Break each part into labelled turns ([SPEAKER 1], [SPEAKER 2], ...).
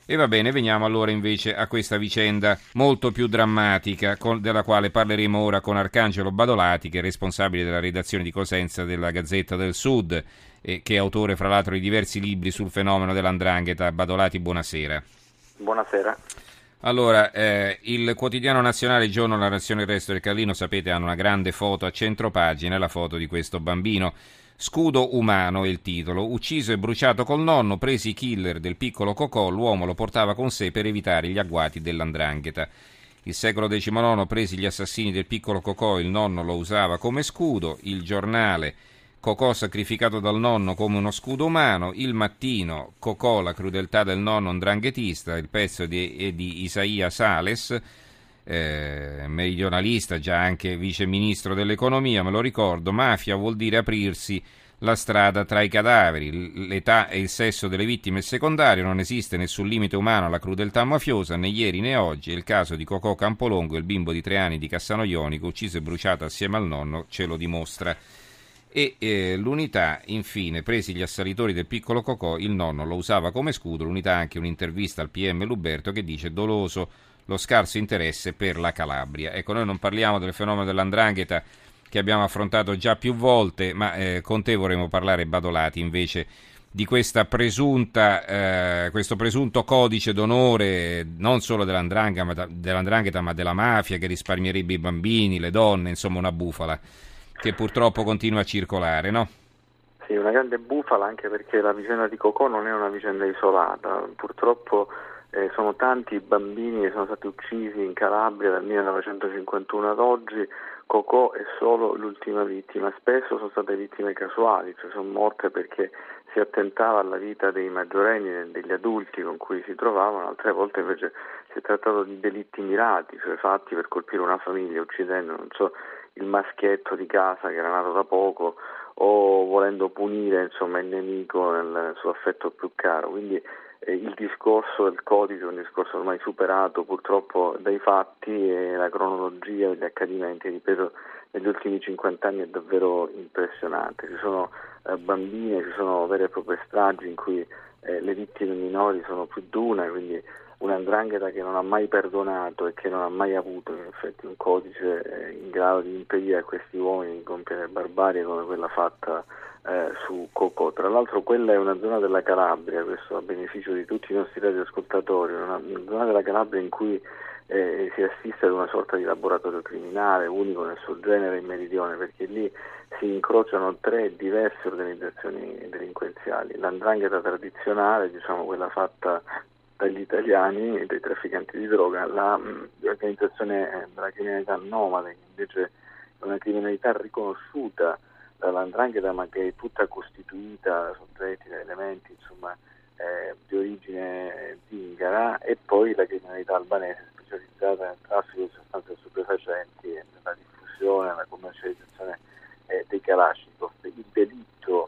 [SPEAKER 1] E va bene, veniamo allora invece a questa vicenda molto più drammatica, della quale parleremo ora con Arcangelo Badolati, che è responsabile della redazione di Cosenza della Gazzetta del Sud e che è autore fra l'altro di diversi libri sul fenomeno dell''ndrangheta. Badolati, buonasera.
[SPEAKER 2] Buonasera.
[SPEAKER 1] Allora, il quotidiano nazionale, il giorno, La Nazione, il Resto del Carlino, sapete, hanno una grande foto a centropagina, la foto di questo bambino. Scudo umano è il titolo. Ucciso e bruciato col nonno, presi i killer del piccolo Cocò, l'uomo lo portava con sé per evitare gli agguati dell''ndrangheta. Il secolo XIX presi gli assassini del piccolo Cocò, il nonno lo usava come scudo. Il Giornale, Cocò sacrificato dal nonno come uno scudo umano. Il Mattino, Cocò, la crudeltà del nonno 'ndranghetista, il pezzo è di Isaia Sales, meridionalista, già anche vice ministro dell'economia, me lo ricordo. Mafia vuol dire aprirsi la strada tra i cadaveri, l'età e il sesso delle vittime è secondario, non esiste nessun limite umano alla crudeltà mafiosa, né ieri né oggi. È il caso di Cocò Campolongo, il bimbo di 3 anni di Cassano Ionico, ucciso e bruciato assieme al nonno, ce lo dimostra. E l'Unità, infine, presi gli assalitori del piccolo Cocò, il nonno lo usava come scudo. L'Unità ha anche un'intervista al PM Luberto che dice: doloso lo scarso interesse per la Calabria. Ecco, noi non parliamo del fenomeno dell''ndrangheta che abbiamo affrontato già più volte, ma con te vorremmo parlare, Badolati, invece di questa questo presunto codice d'onore non solo dell''ndrangheta ma della mafia, che risparmierebbe i bambini, le donne, insomma una bufala che purtroppo continua a circolare, no?
[SPEAKER 2] Sì, una grande bufala, anche perché la vicenda di Cocò non è una vicenda isolata. Purtroppo sono tanti i bambini che sono stati uccisi in Calabria dal 1951 ad oggi. Cocò è solo l'ultima vittima. Spesso sono state vittime casuali, cioè sono morte perché si attentava alla vita dei maggiorenni, degli adulti con cui si trovavano. Altre volte invece si è trattato di delitti mirati, cioè fatti per colpire una famiglia, uccidendo, non so, il maschietto di casa che era nato da poco, o volendo punire, insomma, il nemico nel suo affetto più caro. Quindi il discorso del codice è un discorso ormai superato purtroppo dai fatti, e la cronologia degli accadimenti, ripeto, negli ultimi 50 anni è davvero impressionante. Ci sono bambine, ci sono vere e proprie stragi in cui le vittime minori sono più di una, quindi una 'ndrangheta che non ha mai perdonato e che non ha mai avuto in effetti un codice in grado di impedire a questi uomini di compiere barbarie come quella fatta su Cocò. Tra l'altro quella è una zona della Calabria, questo a beneficio di tutti i nostri radioascoltatori, una zona della Calabria in cui si assiste ad una sorta di laboratorio criminale unico nel suo genere in meridione, perché lì si incrociano 3 diverse organizzazioni delinquenziali: l''ndrangheta tradizionale, diciamo quella fatta dagli italiani e dai trafficanti di droga, l'organizzazione della criminalità nomade, che invece è una criminalità riconosciuta dall''ndrangheta, ma che è tutta costituita da soggetti, da elementi, insomma, di origine zingara, e poi la criminalità albanese specializzata nel traffico di sostanze stupefacenti e nella diffusione, nella commercializzazione dei Kalashnikov. Il delitto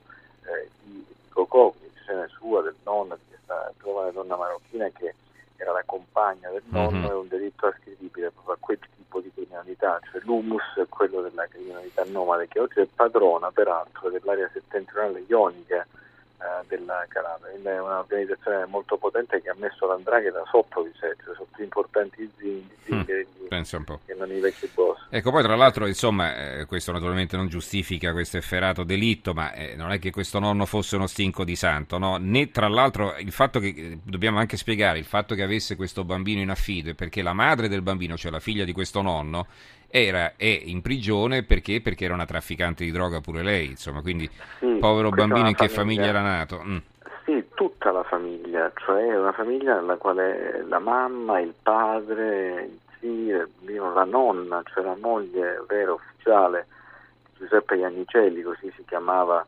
[SPEAKER 2] di Cocò, l'uccisione sua, del nonno, di questa giovane donna marocchina che era la compagna del nonno,
[SPEAKER 1] Mhm.
[SPEAKER 2] è un delitto ascrivibile proprio a quel tipo di criminalità, cioè l'humus è quello della criminalità nomade, che oggi è padrona peraltro dell'area settentrionale ionica della Calabria. È un'organizzazione molto potente che ha messo l''ndrangheta sotto di sé, cioè sono più importanti i zingari
[SPEAKER 1] Pensa un po'.
[SPEAKER 2] che non i vecchi boss.
[SPEAKER 1] Ecco, poi tra l'altro, insomma, questo naturalmente non giustifica questo efferato delitto, ma non è che questo nonno fosse uno stinco di santo, no? Né tra l'altro il fatto che, dobbiamo anche spiegare, il fatto che avesse questo bambino in affido è perché la madre del bambino, cioè la figlia di questo nonno, è in prigione perché era una trafficante di droga pure lei, insomma, quindi
[SPEAKER 2] Sì,
[SPEAKER 1] povero
[SPEAKER 2] questa è
[SPEAKER 1] bambino,
[SPEAKER 2] una
[SPEAKER 1] in che famiglia
[SPEAKER 2] famiglia.
[SPEAKER 1] era nato?
[SPEAKER 2] Sì, tutta la famiglia, cioè una famiglia nella quale la mamma, il padre, il zio, il bambino, la nonna, cioè la moglie vera ufficiale di Giuseppe Iannicelli, così si chiamava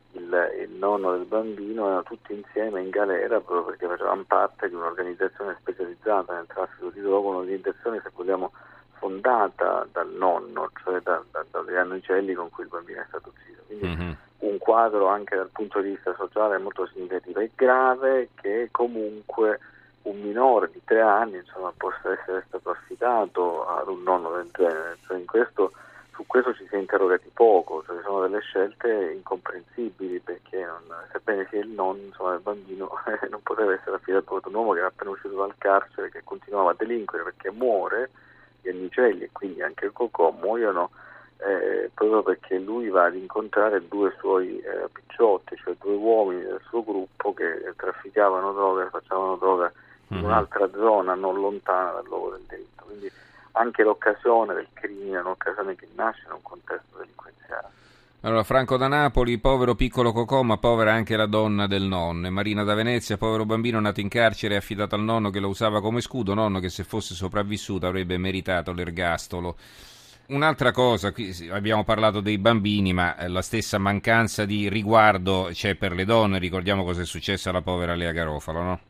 [SPEAKER 2] il nonno del bambino, erano tutti insieme in galera proprio perché facevano parte di un'organizzazione specializzata nel traffico di droga, un'organizzazione, se vogliamo, fondata dal nonno, cioè da Iannicelli, con cui il bambino è stato ucciso. Quindi
[SPEAKER 1] Mhm.
[SPEAKER 2] un quadro anche dal punto di vista sociale molto significativo. È grave che comunque un minore di 3 anni, insomma, possa essere stato affidato ad un nonno del genere, cioè su questo ci si è interrogati poco, cioè sono delle scelte incomprensibili, perché non, se sebbene sia il nonno, insomma, il bambino non poteva essere affidato ad un uomo che era appena uscito dal carcere, che continuava a delinquere perché muore, gli Annicelli e quindi anche Cocò muoiono proprio perché lui va ad incontrare due suoi picciotti, cioè due uomini del suo gruppo che trafficavano droga, facevano droga in un'altra zona non lontana dal luogo del delitto. Quindi anche l'occasione del crimine è un'occasione che nasce in un contesto delinquenziale.
[SPEAKER 1] Allora, Franco da Napoli, povero piccolo Cocò, ma povera anche la donna del nonno. E Marina da Venezia, povero bambino nato in carcere e affidato al nonno che lo usava come scudo, nonno che se fosse sopravvissuto avrebbe meritato l'ergastolo. Un'altra cosa, qui abbiamo parlato dei bambini, ma la stessa mancanza di riguardo c'è per le donne. Ricordiamo cosa è successo alla povera Lea Garofalo, no?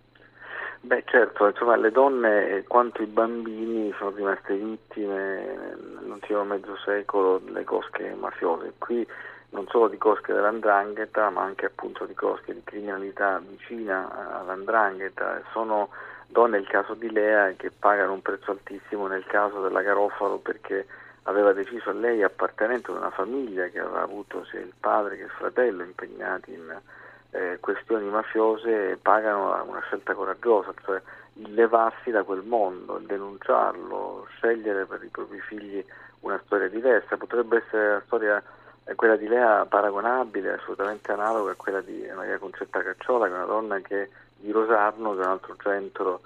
[SPEAKER 2] Beh certo, insomma le donne quanto i bambini sono rimaste vittime nell'ultimo mezzo secolo delle cosche mafiose, qui non solo di cosche dell''ndrangheta ma anche appunto di cosche di criminalità vicina all''ndrangheta. Sono donne, il caso di Lea, che pagano un prezzo altissimo nel caso della Garofalo perché aveva deciso, lei appartenente ad una famiglia che aveva avuto sia il padre che il fratello impegnati in questioni mafiose, pagano una scelta coraggiosa, cioè il levarsi da quel mondo, il denunciarlo, scegliere per i propri figli una storia diversa. Potrebbe essere la storia, quella di Lea, paragonabile, assolutamente analoga a quella di Maria Concetta Cacciola, che è una donna che di Rosarno, che è un altro centro,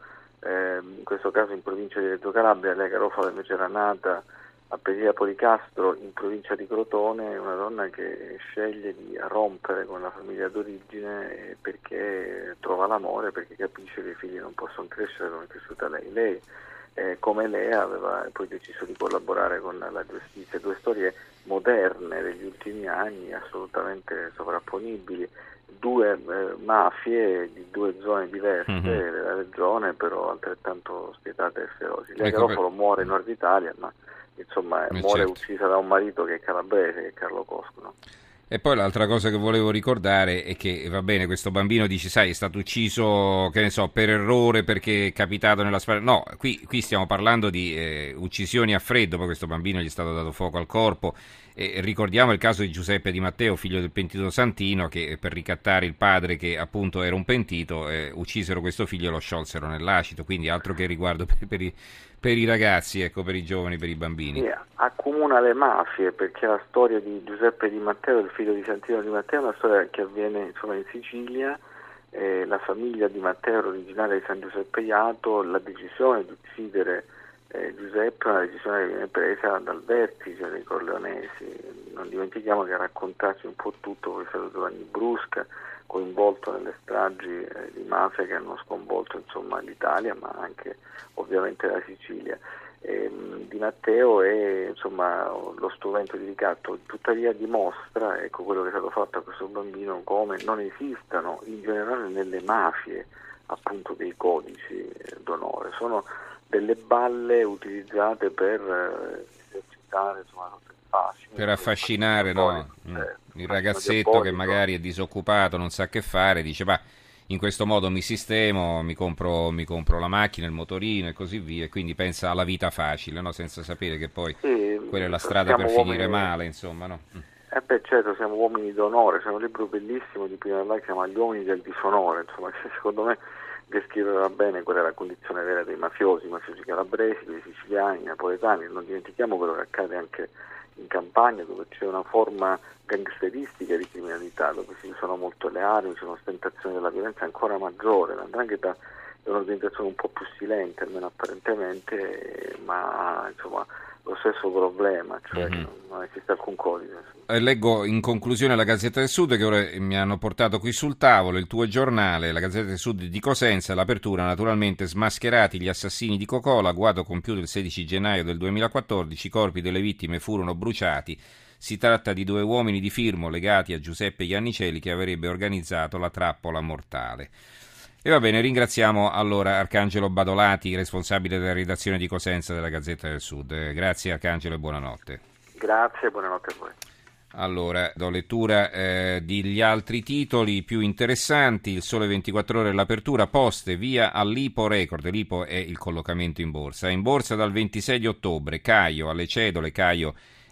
[SPEAKER 2] in questo caso in provincia di Reggio Calabria. Lea Garofalo invece era nata a Pesira Policastro in provincia di Crotone, è una donna che sceglie di rompere con la famiglia d'origine perché trova l'amore, perché capisce che i figli non possono crescere come è cresciuta lei. Lei, come lei, aveva poi deciso di collaborare con la giustizia. Due storie moderne degli ultimi anni, assolutamente sovrapponibili, due mafie di due zone diverse della regione, però altrettanto spietate e feroci. Lea Garofalo muore in Nord Italia, ma insomma muore uccisa da un marito che è calabrese, che è Carlo Cosco, no?
[SPEAKER 1] E poi l'altra cosa che volevo ricordare è che, va bene, questo bambino dice, sai, è stato ucciso, che ne so, per errore perché è capitato nella spada. No, qui stiamo parlando di uccisioni a freddo, poi questo bambino gli è stato dato fuoco al corpo. E ricordiamo il caso di Giuseppe Di Matteo, figlio del pentito Santino, che per ricattare il padre, che appunto era un pentito, uccisero questo figlio e lo sciolsero nell'acido. Quindi altro che riguardo per i ragazzi, ecco, per i giovani, per i bambini.
[SPEAKER 2] Sì, accomuna le mafie, perché la storia di Giuseppe Di Matteo, il figlio di Santino Di Matteo, è una storia che avviene insomma in Sicilia. La famiglia Di Matteo era originaria di San Giuseppe Jato. La decisione di uccidere Giuseppe è una decisione che viene presa dal vertice dei Corleonesi. Non dimentichiamo che a raccontarci un po' tutto poi è stato Giovanni Brusca, coinvolto nelle stragi di mafia che hanno sconvolto insomma l'Italia, ma anche ovviamente la Sicilia. Di Matteo è insomma lo strumento di ricatto, tuttavia dimostra, ecco, quello che è stato fatto a questo bambino, come non esistano in generale nelle mafie appunto dei codici d'onore. Sono delle balle utilizzate per esercitare insomma fascino,
[SPEAKER 1] per affascinare, no? Il ragazzetto che magari è disoccupato, non sa che fare, dice ma in questo modo mi sistemo, mi compro la macchina, il motorino e così via, e quindi pensa alla vita facile, no? Senza sapere che poi quella è la strada per finire male, insomma, no?
[SPEAKER 2] Beh certo, siamo uomini d'onore, c'è un libro bellissimo di Pino Dell'Acqua che si chiama Gli uomini del disonore, insomma, che secondo me descriveva bene qual è la condizione vera dei mafiosi calabresi, dei siciliani, napoletani. Non dimentichiamo quello che accade anche in Campania, dove c'è una forma gangsteristica di criminalità, dove si usano molto le armi, c'è un'ostentazione della violenza ancora maggiore. L'andrangheta è un'organizzazione un po' più silente, almeno apparentemente, ma insomma lo stesso problema, cioè non esiste alcun codice.
[SPEAKER 1] Leggo in conclusione la Gazzetta del Sud, che ora mi hanno portato qui sul tavolo, il tuo giornale, la Gazzetta del Sud di Cosenza, l'apertura naturalmente: smascherati gli assassini di Cocò, l'agguato compiuto il 16 gennaio del 2014, i corpi delle vittime furono bruciati. Si tratta di due uomini di Firmo legati a Giuseppe Iannicelli, che avrebbe organizzato la trappola mortale. E va bene, ringraziamo allora Arcangelo Badolati, responsabile della redazione di Cosenza della Gazzetta del Sud. Grazie Arcangelo e buonanotte.
[SPEAKER 2] Grazie, buonanotte a voi.
[SPEAKER 1] Allora, do lettura degli altri titoli più interessanti. Il Sole 24 Ore, l'apertura: poste via all'Ipo Record. L'Ipo è il collocamento in borsa. In borsa dal 26 di ottobre, Caio alle cedole. Caio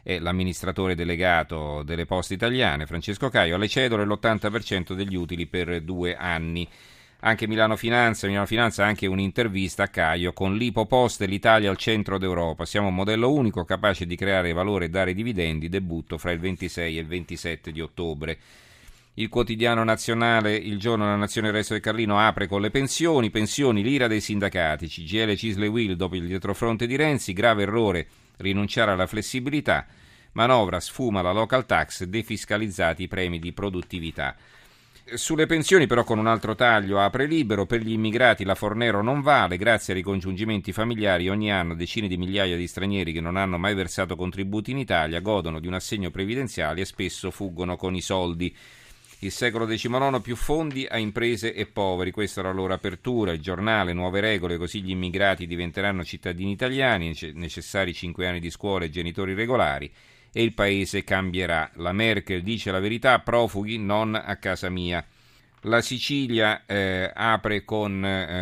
[SPEAKER 1] è l'amministratore delegato delle Poste Italiane, Francesco Caio. Alle cedole l'80% degli utili per 2 anni. Anche Milano Finanza ha anche un'intervista a Caio con l'Ipo Poste, l'Italia al centro d'Europa. Siamo un modello unico capace di creare valore e dare dividendi, debutto fra il 26 e il 27 di ottobre. Il quotidiano nazionale, Il Giorno della Nazione, il Resto del Carlino apre con le pensioni, l'ira dei sindacati, CGIL, CISL e UIL dopo il dietrofronte di Renzi, grave errore rinunciare alla flessibilità, manovra sfuma la local tax, defiscalizzati i premi di produttività. Sulle pensioni però con un altro taglio apre Libero, per gli immigrati la Fornero non vale, grazie ai ricongiungimenti familiari ogni anno decine di migliaia di stranieri che non hanno mai versato contributi in Italia godono di un assegno previdenziale e spesso fuggono con i soldi. Il secolo XIX, più fondi a imprese e poveri, questa era la loro apertura, il giornale, nuove regole, così gli immigrati diventeranno cittadini italiani, necessari 5 anni di scuola e genitori regolari, e il paese cambierà. La Merkel dice la verità, profughi non a casa mia. La Sicilia apre con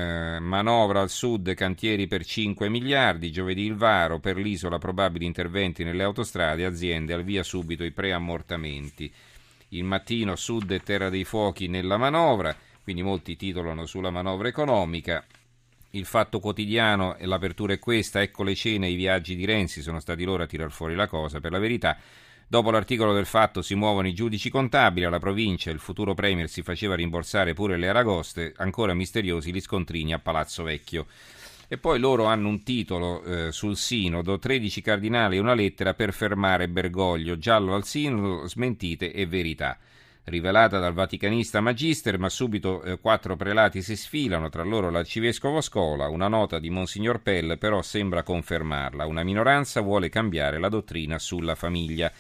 [SPEAKER 1] manovra al sud, cantieri per 5 miliardi, giovedì il varo, per l'isola probabili interventi nelle autostrade, aziende al via subito i preammortamenti. Il Mattino, Sud e Terra dei Fuochi nella manovra, quindi molti titolano sulla manovra economica. Il Fatto Quotidiano, e l'apertura è questa, ecco le cene e i viaggi di Renzi, sono stati loro a tirar fuori la cosa, per la verità. Dopo l'articolo del Fatto si muovono i giudici contabili, alla provincia il futuro premier si faceva rimborsare pure le aragoste, ancora misteriosi gli scontrini a Palazzo Vecchio. E poi loro hanno un titolo sul Sinodo, 13 cardinali e una lettera per fermare Bergoglio, giallo al Sinodo, smentite e verità. Rivelata dal vaticanista Magister, ma subito 4 prelati si sfilano, tra loro l'arcivescovo Scola, una nota di Monsignor Pell però sembra confermarla, una minoranza vuole cambiare la dottrina sulla famiglia.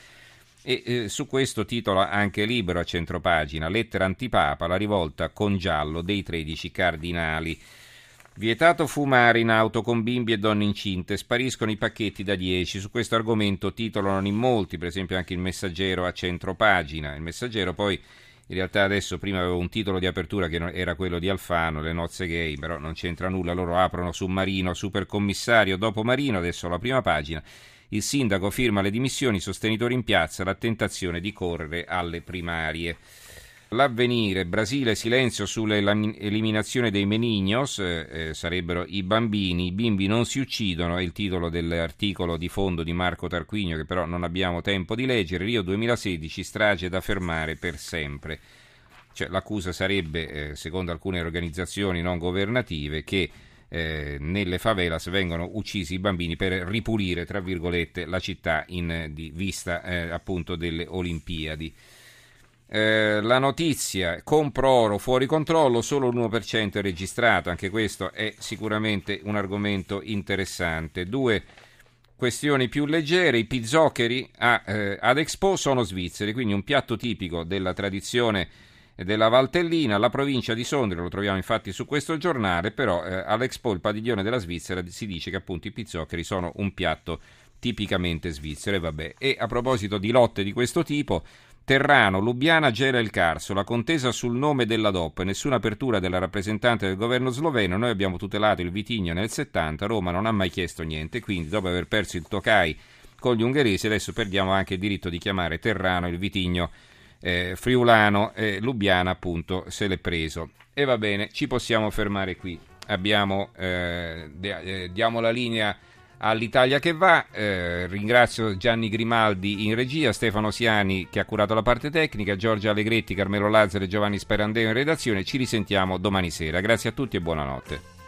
[SPEAKER 1] E su questo titola anche Libero a centropagina, lettera antipapa, la rivolta con giallo dei 13 cardinali. Vietato fumare in auto con bimbi e donne incinte, spariscono i pacchetti da 10. Su questo argomento titolano in molti, per esempio anche il Messaggero a centropagina. Il Messaggero poi, in realtà adesso prima aveva un titolo di apertura che era quello di Alfano, le nozze gay, però non c'entra nulla, loro aprono su Marino, supercommissario dopo Marino, adesso la prima pagina. Il sindaco firma le dimissioni, sostenitori in piazza, la tentazione di correre alle primarie. L'Avvenire, Brasile, silenzio sull'eliminazione dei meningios, sarebbero i bimbi non si uccidono, è il titolo dell'articolo di fondo di Marco Tarquinio che però non abbiamo tempo di leggere. Rio 2016, strage da fermare per sempre. Cioè, l'accusa sarebbe, secondo alcune organizzazioni non governative, che nelle favelas vengono uccisi i bambini per ripulire, tra virgolette, la città di vista appunto delle Olimpiadi. La notizia, compro oro fuori controllo, solo l'1% è registrato, anche questo è sicuramente un argomento interessante. 2 questioni più leggere, i pizzoccheri ad Expo sono svizzeri, quindi un piatto tipico della tradizione della Valtellina, la provincia di Sondrio, lo troviamo infatti su questo giornale, però all'Expo, il padiglione della Svizzera, si dice che appunto i pizzoccheri sono un piatto tipicamente svizzero. E vabbè. E a proposito di lotte di questo tipo, Terrano, Lubiana gela il Carso, la contesa sul nome della DOP, nessuna apertura della rappresentante del governo sloveno, noi abbiamo tutelato il vitigno nel 70, Roma non ha mai chiesto niente, quindi dopo aver perso il Tokai con gli ungheresi adesso perdiamo anche il diritto di chiamare Terrano il vitigno friulano, Lubiana appunto se l'è preso. E va bene, ci possiamo fermare qui, diamo la linea all'Italia che va. Ringrazio Gianni Grimaldi in regia, Stefano Siani che ha curato la parte tecnica, Giorgia Allegretti, Carmelo Lazzaro e Giovanni Sperandeo in redazione. Ci risentiamo domani sera, grazie a tutti e buonanotte.